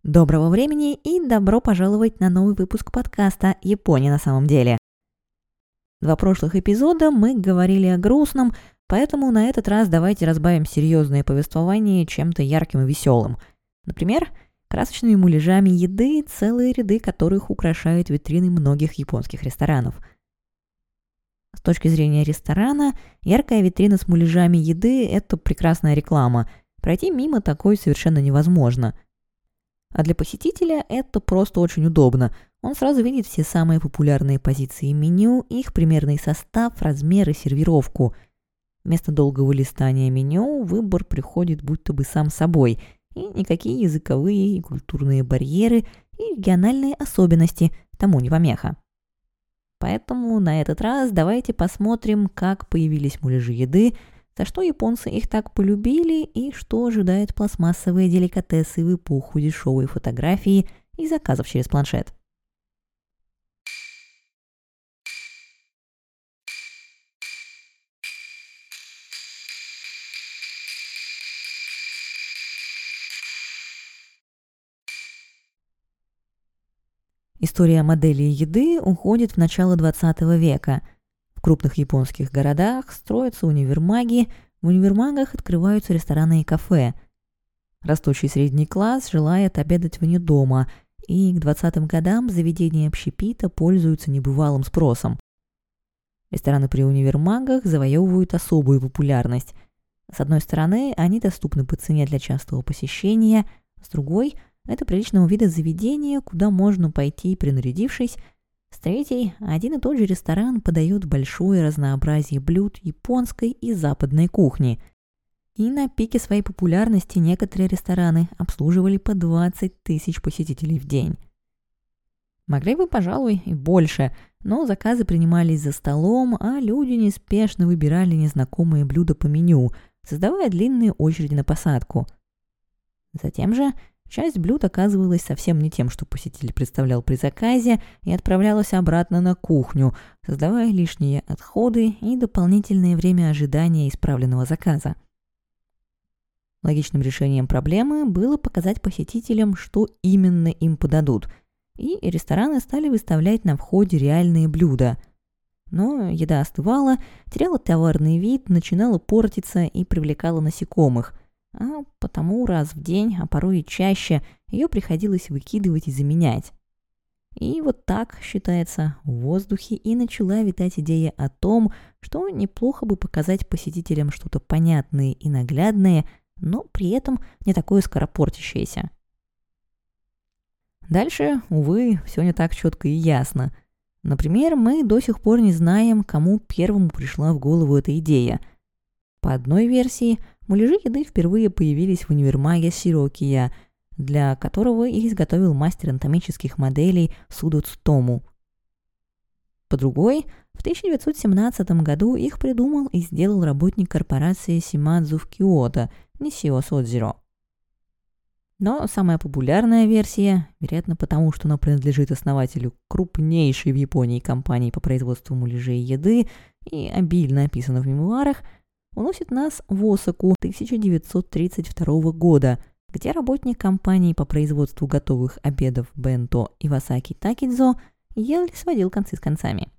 Доброго времени и добро пожаловать на новый выпуск подкаста «Япония на самом деле». Два прошлых эпизода мы говорили о грустном, поэтому на этот раз давайте разбавим серьезное повествование чем-то ярким и веселым. Например, красочными муляжами еды, целые ряды которых украшают витрины многих японских ресторанов. С точки зрения ресторана, яркая витрина с муляжами еды – это прекрасная реклама. Пройти мимо такой совершенно невозможно. А для посетителя это просто очень удобно. Он сразу видит все самые популярные позиции меню, их примерный состав, размер и сервировку. Вместо долгого листания меню выбор приходит будто бы сам собой, и никакие языковые и культурные барьеры и региональные особенности тому не помеха. Поэтому на этот раз давайте посмотрим, как появились муляжи еды, за что японцы их так полюбили и что ожидают пластмассовые деликатесы в эпоху дешевой фотографии и заказов через планшет. История модели еды уходит в начало 20 века. В крупных японских городах строятся универмаги, в универмагах открываются рестораны и кафе. Растущий средний класс желает обедать вне дома, и к 20-м годам заведения общепита пользуются небывалым спросом. Рестораны при универмагах завоевывают особую популярность. С одной стороны, они доступны по цене для частого посещения, с другой – это приличного вида заведение, куда можно пойти, принарядившись. С третьей, один и тот же ресторан подает большое разнообразие блюд японской и западной кухни. И на пике своей популярности некоторые рестораны обслуживали по 20 тысяч посетителей в день. Могли бы, пожалуй, и больше, но заказы принимались за столом, а люди неспешно выбирали незнакомые блюда по меню, создавая длинные очереди на посадку. Затем же часть блюд оказывалась совсем не тем, что посетитель представлял при заказе, и отправлялась обратно на кухню, создавая лишние отходы и дополнительное время ожидания исправленного заказа. Логичным решением проблемы было показать посетителям, что именно им подадут, и рестораны стали выставлять на входе реальные блюда. Но еда остывала, теряла товарный вид, начинала портиться и привлекала насекомых, а потому раз в день, а порой и чаще, ее приходилось выкидывать и заменять. И вот так, считается, в воздухе и начала витать идея о том, что неплохо бы показать посетителям что-то понятное и наглядное, но при этом не такое скоропортящееся. Дальше, увы, все не так четко и ясно. Например, мы до сих пор не знаем, кому первому пришла в голову эта идея. По одной версии, муляжи еды впервые появились в универмаге Сирокия, для которого их изготовил мастер анатомических моделей Судо Цутому. По другой, в 1917 году их придумал и сделал работник корпорации Симадзу в Киото Нисио Содзиро. Но самая популярная версия, вероятно потому, что она принадлежит основателю крупнейшей в Японии компании по производству муляжей еды и обильно описана в мемуарах, уносит нас в Осаку 1932 года, где работник компании по производству готовых обедов Бенто Ивасаки Такидзо еле сводил концы с концами.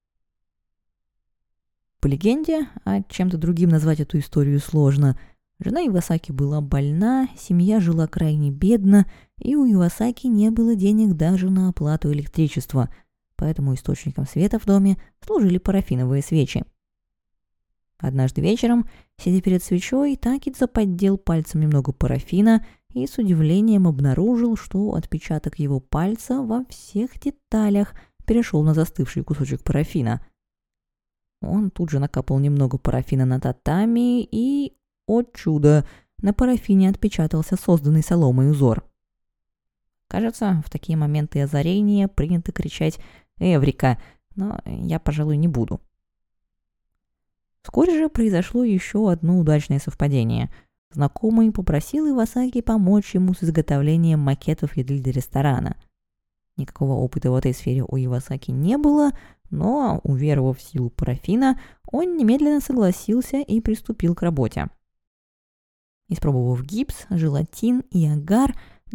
По легенде, а чем-то другим назвать эту историю сложно, жена Ивасаки была больна, семья жила крайне бедно, и у Ивасаки не было денег даже на оплату электричества, поэтому источником света в доме служили парафиновые свечи. Однажды вечером, сидя перед свечой, Такидзо поддел пальцем немного парафина и с удивлением обнаружил, что отпечаток его пальца во всех деталях перешел на застывший кусочек парафина. Он тут же накапал немного парафина на татами и, о чудо, на парафине отпечатался созданный соломой узор. Кажется, в такие моменты озарения принято кричать «Эврика!», но я, пожалуй, не буду. Вскоре же произошло еще одно удачное совпадение. Знакомый попросил Ивасаки помочь ему с изготовлением макетов еды для ресторана. Никакого опыта в этой сфере у Ивасаки не было, но, уверовав в силу парафина, он немедленно согласился и приступил к работе. Испробовав гипс, желатин и агар,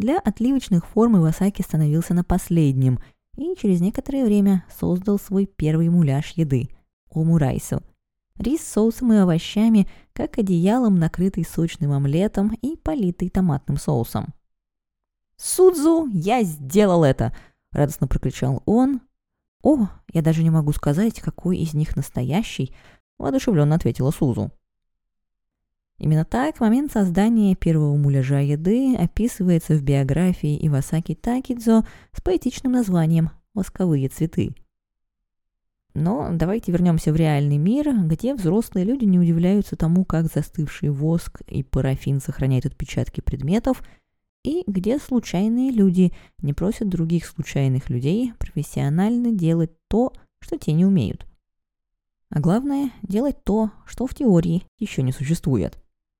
Для отливочных форм Ивасаки становился на последнем и через некоторое время создал свой первый муляж еды – омурайсу. Рис с соусом и овощами, как одеялом, накрытый сочным омлетом и политый томатным соусом. «Судзу, я сделал это!» – радостно прокричал он. «О, я даже не могу сказать, какой из них настоящий», – воодушевленно ответила Сузу. Именно так момент создания первого муляжа еды описывается в биографии Ивасаки Такидзо с поэтичным названием «Восковые цветы». Но давайте вернемся в реальный мир, где взрослые люди не удивляются тому, как застывший воск и парафин сохраняют отпечатки предметов, и где случайные люди не просят других случайных людей профессионально делать то, что те не умеют. А главное, делать то, что в теории еще не существует.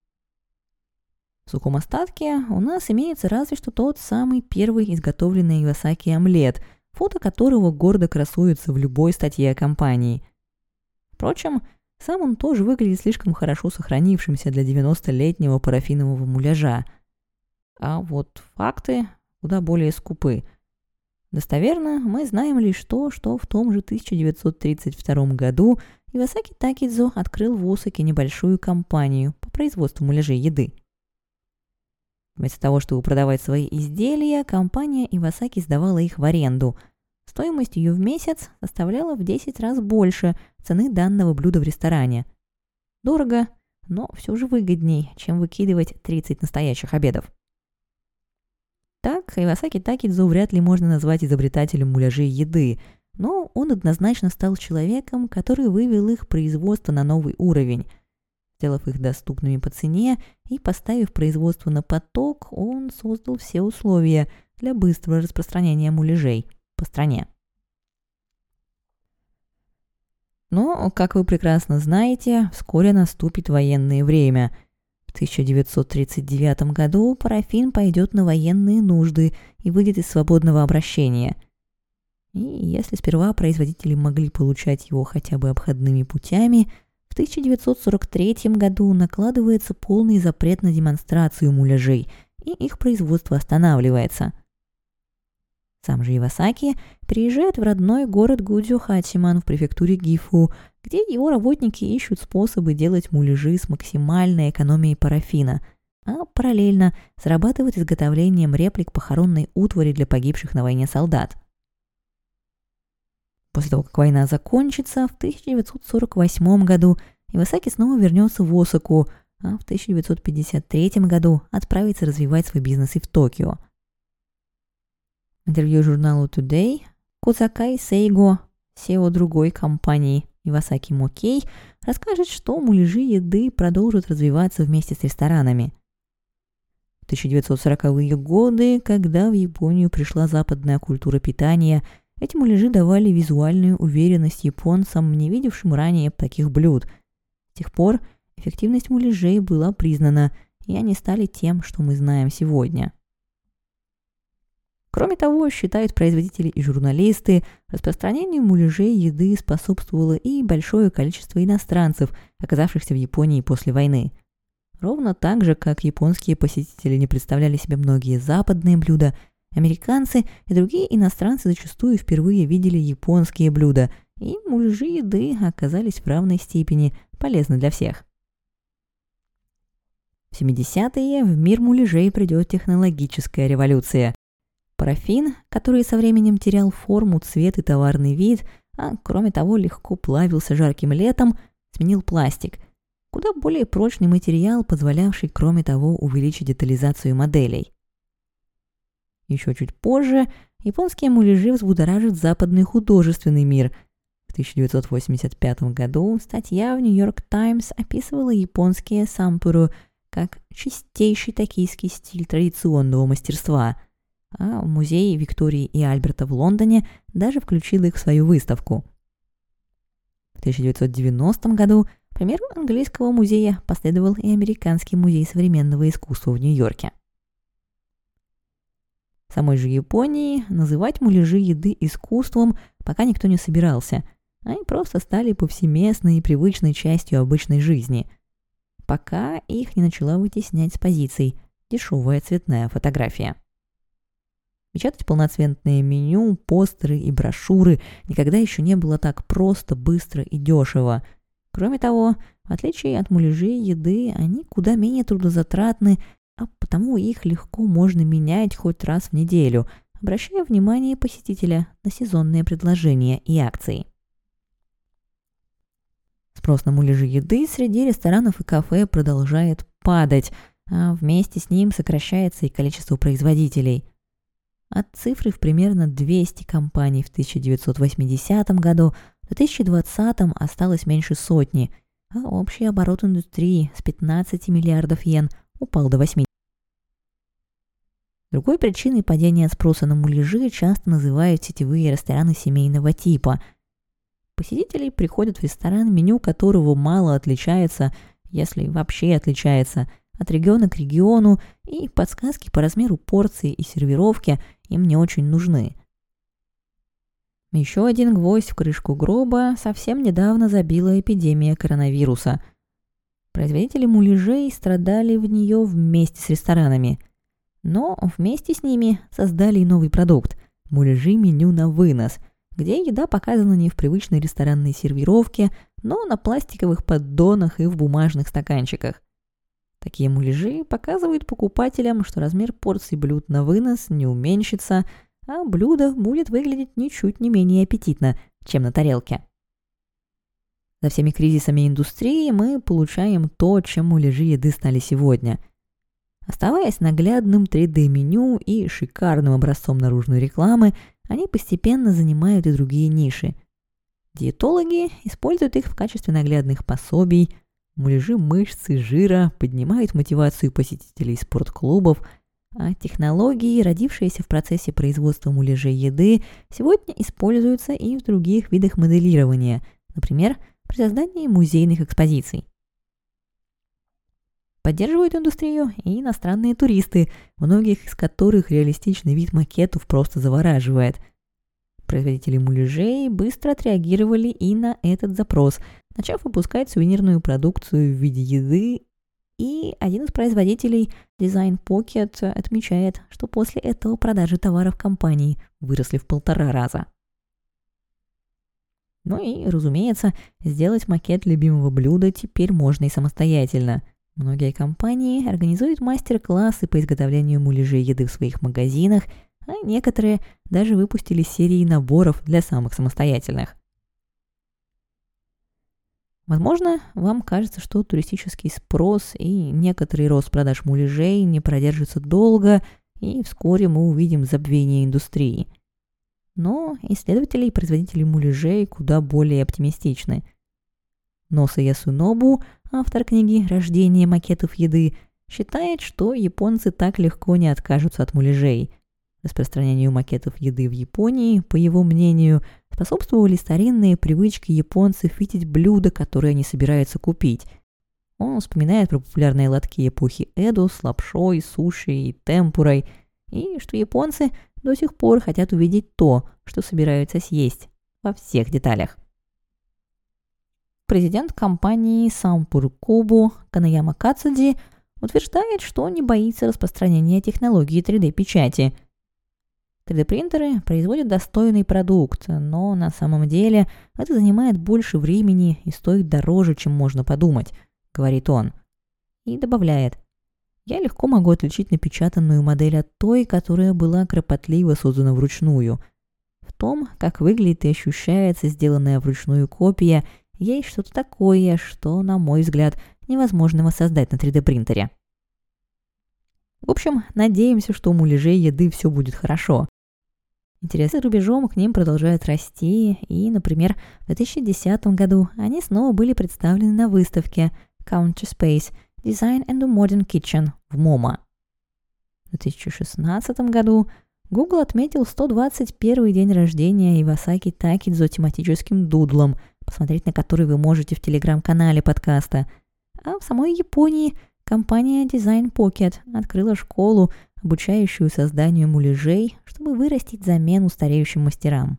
В сухом остатке у нас имеется разве что тот самый первый изготовленный Ивасаки омлет, фото которого гордо красуется в любой статье о компании. Впрочем, сам он тоже выглядит слишком хорошо сохранившимся для 90-летнего парафинового муляжа. А вот факты куда более скупы. Достоверно мы знаем лишь то, что в том же 1932 году Ивасаки Такидзо открыл в Осаке небольшую компанию по производству муляжей еды. Вместо того, чтобы продавать свои изделия, компания Ивасаки сдавала их в аренду. Стоимость ее в месяц составляла в 10 раз больше цены данного блюда в ресторане. Дорого, но все же выгодней, чем выкидывать 30 настоящих обедов. Так, Ивасаки Такидзо вряд ли можно назвать изобретателем муляжей еды, но он однозначно стал человеком, который вывел их производство на новый уровень. Сделав их доступными по цене и поставив производство на поток, он создал все условия для быстрого распространения муляжей по стране. Но, как вы прекрасно знаете, вскоре наступит военное время. В 1939 году парафин пойдет на военные нужды и выйдет из свободного обращения. И если сперва производители могли получать его хотя бы обходными путями, в 1943 году накладывается полный запрет на демонстрацию муляжей, и их производство останавливается. Сам же Ивасаки приезжает в родной город Гудзю-Хачиман в префектуре Гифу, где его работники ищут способы делать муляжи с максимальной экономией парафина, а параллельно зарабатывают изготовлением реплик похоронной утвари для погибших на войне солдат. После того, как война закончится, в 1948 году Ивасаки снова вернется в Осаку, а в 1953 году отправится развивать свой бизнес и в Токио. В интервью журналу Today Козакай Сейго, SEO другой компании Ивасаки Мокей, расскажет, что муляжи еды продолжат развиваться вместе с ресторанами. В 1940-е годы, когда в Японию пришла западная культура питания, эти муляжи давали визуальную уверенность японцам, не видевшим ранее таких блюд. С тех пор эффективность муляжей была признана, и они стали тем, что мы знаем сегодня. Кроме того, считают производители и журналисты, распространению муляжей еды способствовало и большое количество иностранцев, оказавшихся в Японии после войны. Ровно так же, как японские посетители не представляли себе многие западные блюда, американцы и другие иностранцы зачастую впервые видели японские блюда, и муляжи еды оказались в равной степени полезны для всех. В 70-е в мир муляжей придет технологическая революция. Парафин, который со временем терял форму, цвет и товарный вид, а кроме того легко плавился жарким летом, сменил пластик, куда более прочный материал, позволявший, кроме того, увеличить детализацию моделей. Еще чуть позже японские муляжи взбудоражат западный художественный мир. В 1985 году статья в New York Times описывала японские сампуру как чистейший токийский стиль традиционного мастерства, а музей Виктории и Альберта в Лондоне даже включил их в свою выставку. В 1990 году примеру английского музея последовал и Американский музей современного искусства в Нью-Йорке. В самой же Японии называть муляжи еды искусством пока никто не собирался, они просто стали повсеместной и привычной частью обычной жизни, пока их не начала вытеснять с позиций дешевая цветная фотография. Печатать полноцветное меню, постеры и брошюры никогда еще не было так просто, быстро и дешево. Кроме того, в отличие от муляжей еды, они куда менее трудозатратны, а потому их легко можно менять хоть раз в неделю, обращая внимание посетителя на сезонные предложения и акции. Спрос на муляжи еды среди ресторанов и кафе продолжает падать, а вместе с ним сокращается и количество производителей. От цифры в примерно 200 компаний в 1980 году в 2020 осталось меньше сотни, а общий оборот индустрии с 15 миллиардов йен упал до 8. Другой причиной падения спроса на муляжи часто называют сетевые рестораны семейного типа. Посетители приходят в ресторан, меню которого мало отличается, если вообще отличается, от региона к региону, и подсказки по размеру порции и сервировки им не очень нужны. Еще один гвоздь в крышку гроба совсем недавно забила эпидемия коронавируса. Производители муляжей страдали в нее вместе с ресторанами. Но вместе с ними создали и новый продукт – муляжи меню на вынос, где еда показана не в привычной ресторанной сервировке, но на пластиковых поддонах и в бумажных стаканчиках. Такие муляжи показывают покупателям, что размер порций блюд на вынос не уменьшится, а блюдо будет выглядеть ничуть не менее аппетитно, чем на тарелке. За всеми кризисами индустрии мы получаем то, чем муляжи еды стали сегодня. Оставаясь наглядным 3D-меню и шикарным образцом наружной рекламы, они постепенно занимают и другие ниши. Диетологи используют их в качестве наглядных пособий, муляжи мышц и жира поднимают мотивацию посетителей спортклубов, а технологии, родившиеся в процессе производства муляжей еды, сегодня используются и в других видах моделирования, например, при создании музейных экспозиций. Поддерживают индустрию и иностранные туристы, многих из которых реалистичный вид макетов просто завораживает. Производители муляжей быстро отреагировали и на этот запрос, начав выпускать сувенирную продукцию в виде еды, и один из производителей, Design Pocket, отмечает, что после этого продажи товаров компании выросли в 1,5 раза. Ну и, разумеется, сделать макет любимого блюда теперь можно и самостоятельно. Многие компании организуют мастер-классы по изготовлению муляжей еды в своих магазинах, а некоторые даже выпустили серии наборов для самых самостоятельных. Возможно, вам кажется, что туристический спрос и некоторый рост продаж муляжей не продержится долго, и вскоре мы увидим забвение индустрии. Но исследователи и производители муляжей куда более оптимистичны. Носа Ясунобу, автор книги «Рождение макетов еды», считает, что японцы так легко не откажутся от муляжей. Распространению макетов еды в Японии, по его мнению, способствовали старинные привычки японцев видеть блюда, которые они собираются купить. Он вспоминает про популярные лотки эпохи Эдо с лапшой, суши и темпурой, и что японцы до сих пор хотят увидеть то, что собираются съесть, во всех деталях. Президент компании Сампуру Кобу Канаяма Кацуди утверждает, что не боится распространения технологии 3D-печати. 3D-принтеры производят достойный продукт, но на самом деле это занимает больше времени и стоит дороже, чем можно подумать, говорит он. И добавляет: я легко могу отличить напечатанную модель от той, которая была кропотливо создана вручную. В том, как выглядит и ощущается сделанная вручную копия, есть что-то такое, что, на мой взгляд, невозможно воссоздать на 3D-принтере. В общем, надеемся, что у муляжей еды все будет хорошо. Интерес за рубежом к ним продолжает расти, и, например, в 2010 году они снова были представлены на выставке Counterspace Design and Modern Kitchen в МоМА. В 2016 году Google отметил 121-й день рождения Ивасаки Такидзо тематическим дудлом, посмотреть на который вы можете в телеграм-канале подкаста. А в самой Японии компания Design Pocket открыла школу, обучающую созданию муляжей, чтобы вырастить замену стареющим мастерам.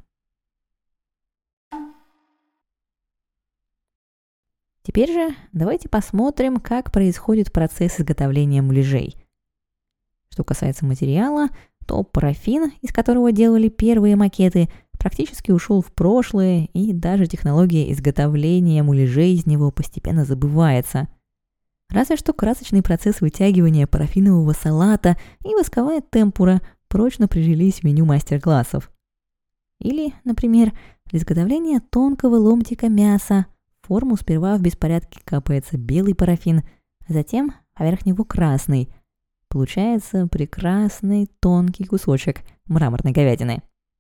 Теперь же давайте посмотрим, как происходит процесс изготовления муляжей. Что касается материала, то парафин, из которого делали первые макеты, практически ушел в прошлое, и даже технология изготовления муляжей из него постепенно забывается. Разве что красочный процесс вытягивания парафинового салата и восковая темпура прочно прижились в меню мастер-классов. Или, например, для изготовления тонкого ломтика мяса в форму сперва в беспорядке капается белый парафин, а затем поверх него красный. Получается прекрасный тонкий кусочек мраморной говядины.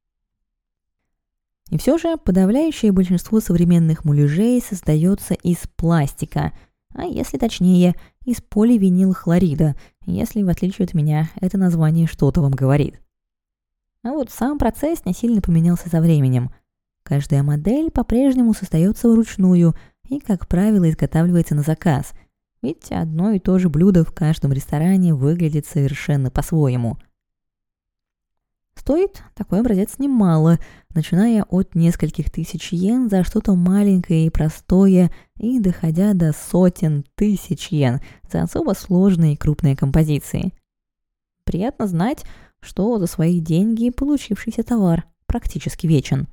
И все же подавляющее большинство современных муляжей создается из пластика, а если точнее, из поливинилхлорида, если, в отличие от меня, это название что-то вам говорит. А вот сам процесс не сильно поменялся со временем. Каждая модель по-прежнему создается вручную и, как правило, изготавливается на заказ, ведь одно и то же блюдо в каждом ресторане выглядит совершенно по-своему. Стоит такой образец немало, начиная от нескольких тысяч йен за что-то маленькое и простое и доходя до сотен тысяч йен за особо сложные и крупные композиции. Приятно знать, что за свои деньги получившийся товар практически вечен.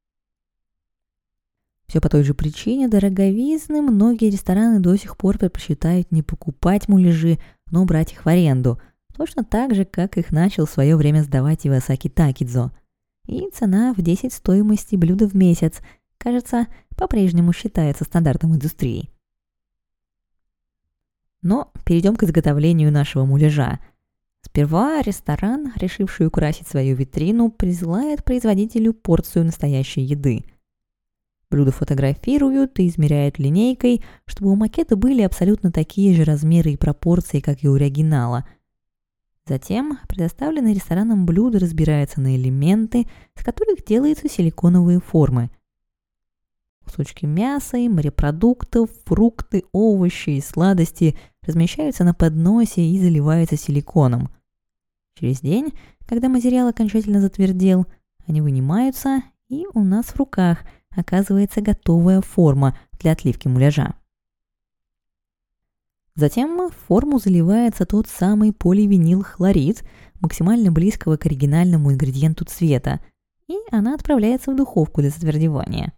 Все по той же причине дороговизны многие рестораны до сих пор предпочитают не покупать муляжи, но брать их в аренду, точно так же, как их начал в свое время сдавать Ивасаки Такидзо. И цена в 10 стоимости блюда в месяц, кажется, по-прежнему считается стандартом индустрии. Но перейдем к изготовлению нашего муляжа. Сперва ресторан, решивший украсить свою витрину, присылает производителю порцию настоящей еды. Блюдо фотографируют и измеряют линейкой, чтобы у макета были абсолютно такие же размеры и пропорции, как и у оригинала. Затем предоставленное рестораном блюдо разбирается на элементы, с которых делаются силиконовые формы. Кусочки мяса и морепродуктов, фрукты, овощи и сладости размещаются на подносе и заливаются силиконом. Через день, когда материал окончательно затвердел, они вынимаются, и у нас в руках оказывается готовая форма для отливки муляжа. Затем в форму заливается тот самый поливинилхлорид, максимально близкого к оригинальному ингредиенту цвета, и она отправляется в духовку для затвердевания.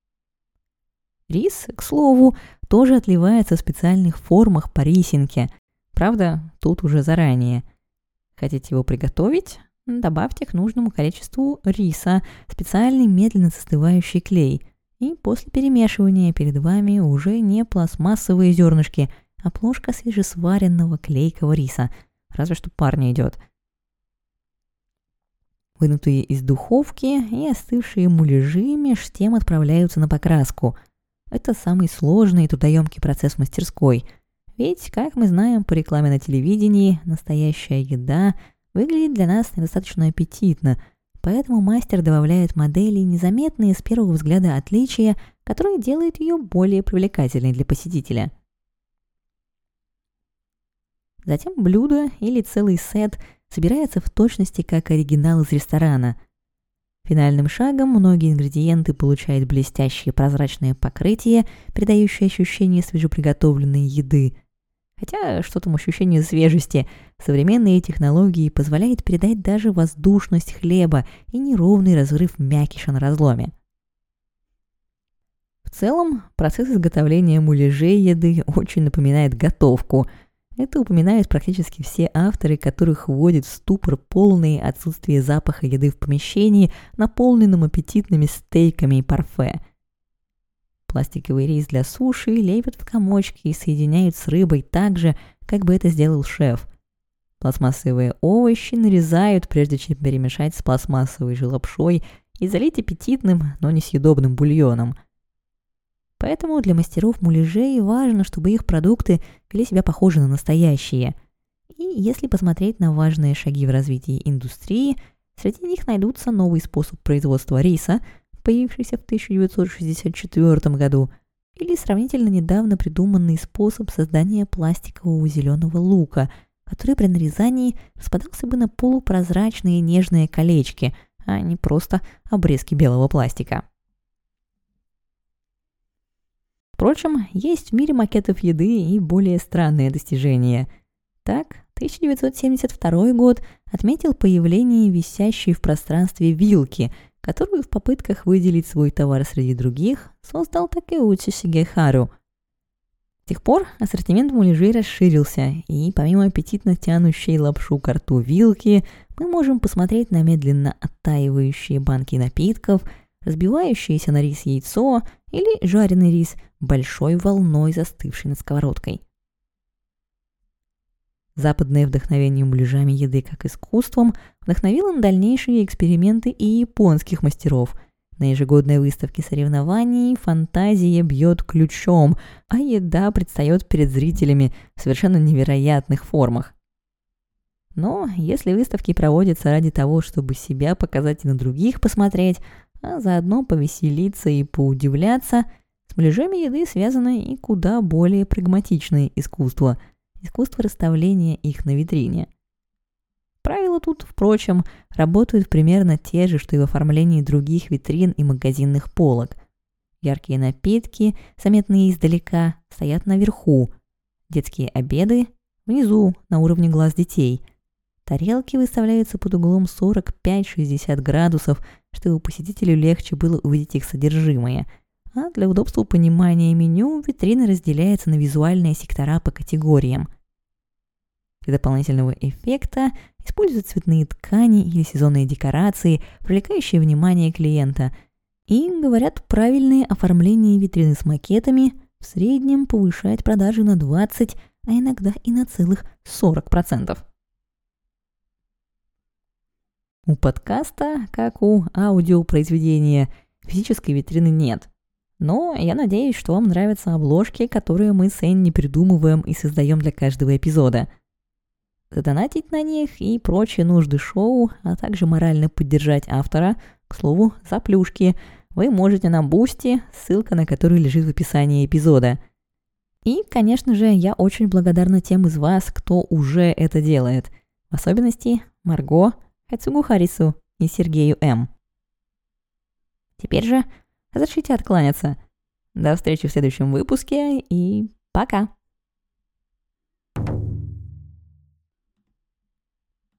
Рис, к слову, тоже отливается в специальных формах по рисинке, правда, тут уже заранее. Хотите его приготовить? Добавьте к нужному количеству риса специальный медленно застывающий клей, и после перемешивания перед вами уже не пластмассовые зернышки, а плошка свежесваренного клейкого риса, разве что пар не идет. Вынутые из духовки и остывшие муляжи меж тем отправляются на покраску. Это самый сложный и трудоемкий процесс в мастерской, ведь, как мы знаем по рекламе на телевидении, настоящая еда выглядит для нас недостаточно аппетитно, поэтому мастер добавляет модели незаметные с первого взгляда отличия, которые делают ее более привлекательной для посетителя. Затем блюдо или целый сет собирается в точности как оригинал из ресторана. Финальным шагом многие ингредиенты получают блестящее прозрачное покрытие, придающее ощущение свежеприготовленной еды. Хотя что там ощущение свежести, современные технологии позволяют передать даже воздушность хлеба и неровный разрыв мякиша на разломе. В целом, процесс изготовления муляжей еды очень напоминает готовку. Это упоминают практически все авторы, которых вводит в ступор полное отсутствие запаха еды в помещении, наполненном аппетитными стейками и парфе. Пластиковый рис для суши лепят в комочки и соединяют с рыбой так же, как бы это сделал шеф. Пластмассовые овощи нарезают, прежде чем перемешать с пластмассовой же лапшой и залить аппетитным, но несъедобным бульоном. Поэтому для мастеров муляжей важно, чтобы их продукты вели себя похоже на настоящие. И если посмотреть на важные шаги в развитии индустрии, среди них найдутся новый способ производства риса, появившийся в 1964 году, или сравнительно недавно придуманный способ создания пластикового зеленого лука, который при нарезании распадался бы на полупрозрачные нежные колечки, а не просто обрезки белого пластика. Впрочем, есть в мире макетов еды и более странные достижения. Так, 1972 год отметил появление висящей в пространстве вилки, которую в попытках выделить свой товар среди других создал Такеучи Сигехару. С тех пор ассортимент муляжей расширился, и помимо аппетитно тянущей лапшу ко рту вилки, мы можем посмотреть на медленно оттаивающие банки напитков, разбивающееся на рис яйцо или жареный рис, большой волной застывший над сковородкой. Западное вдохновение муляжами еды как искусством вдохновило на дальнейшие эксперименты и японских мастеров. На ежегодной выставке соревнований фантазия бьет ключом, а еда предстает перед зрителями в совершенно невероятных формах. Но если выставки проводятся ради того, чтобы себя показать и на других посмотреть, а заодно повеселиться и поудивляться, с муляжами еды связано и куда более прагматичное искусство расставления их на витрине. Правила тут, впрочем, работают примерно те же, что и в оформлении других витрин и магазинных полок. Яркие напитки, заметные издалека, стоят наверху, детские обеды внизу, на уровне глаз детей. Тарелки выставляются под углом 45-60 градусов, чтобы посетителю легче было увидеть их содержимое. А для удобства понимания меню витрина разделяется на визуальные сектора по категориям. Для дополнительного эффекта используют цветные ткани или сезонные декорации, привлекающие внимание клиента. И, говорят, правильное оформление витрины с макетами в среднем повышает продажи на 20, а иногда и на целых 40%. У подкаста, как у аудиопроизведения, физической витрины нет. Но я надеюсь, что вам нравятся обложки, которые мы с Энни придумываем и создаем для каждого эпизода. Задонатить на них и прочие нужды шоу, а также морально поддержать автора, к слову, за плюшки, вы можете на Boosty, ссылка на которую лежит в описании эпизода. И, конечно же, я очень благодарна тем из вас, кто уже это делает. В особенности Марго, Хацугу Харису и Сергею М. Теперь же разрешите откланяться. До встречи в следующем выпуске и пока!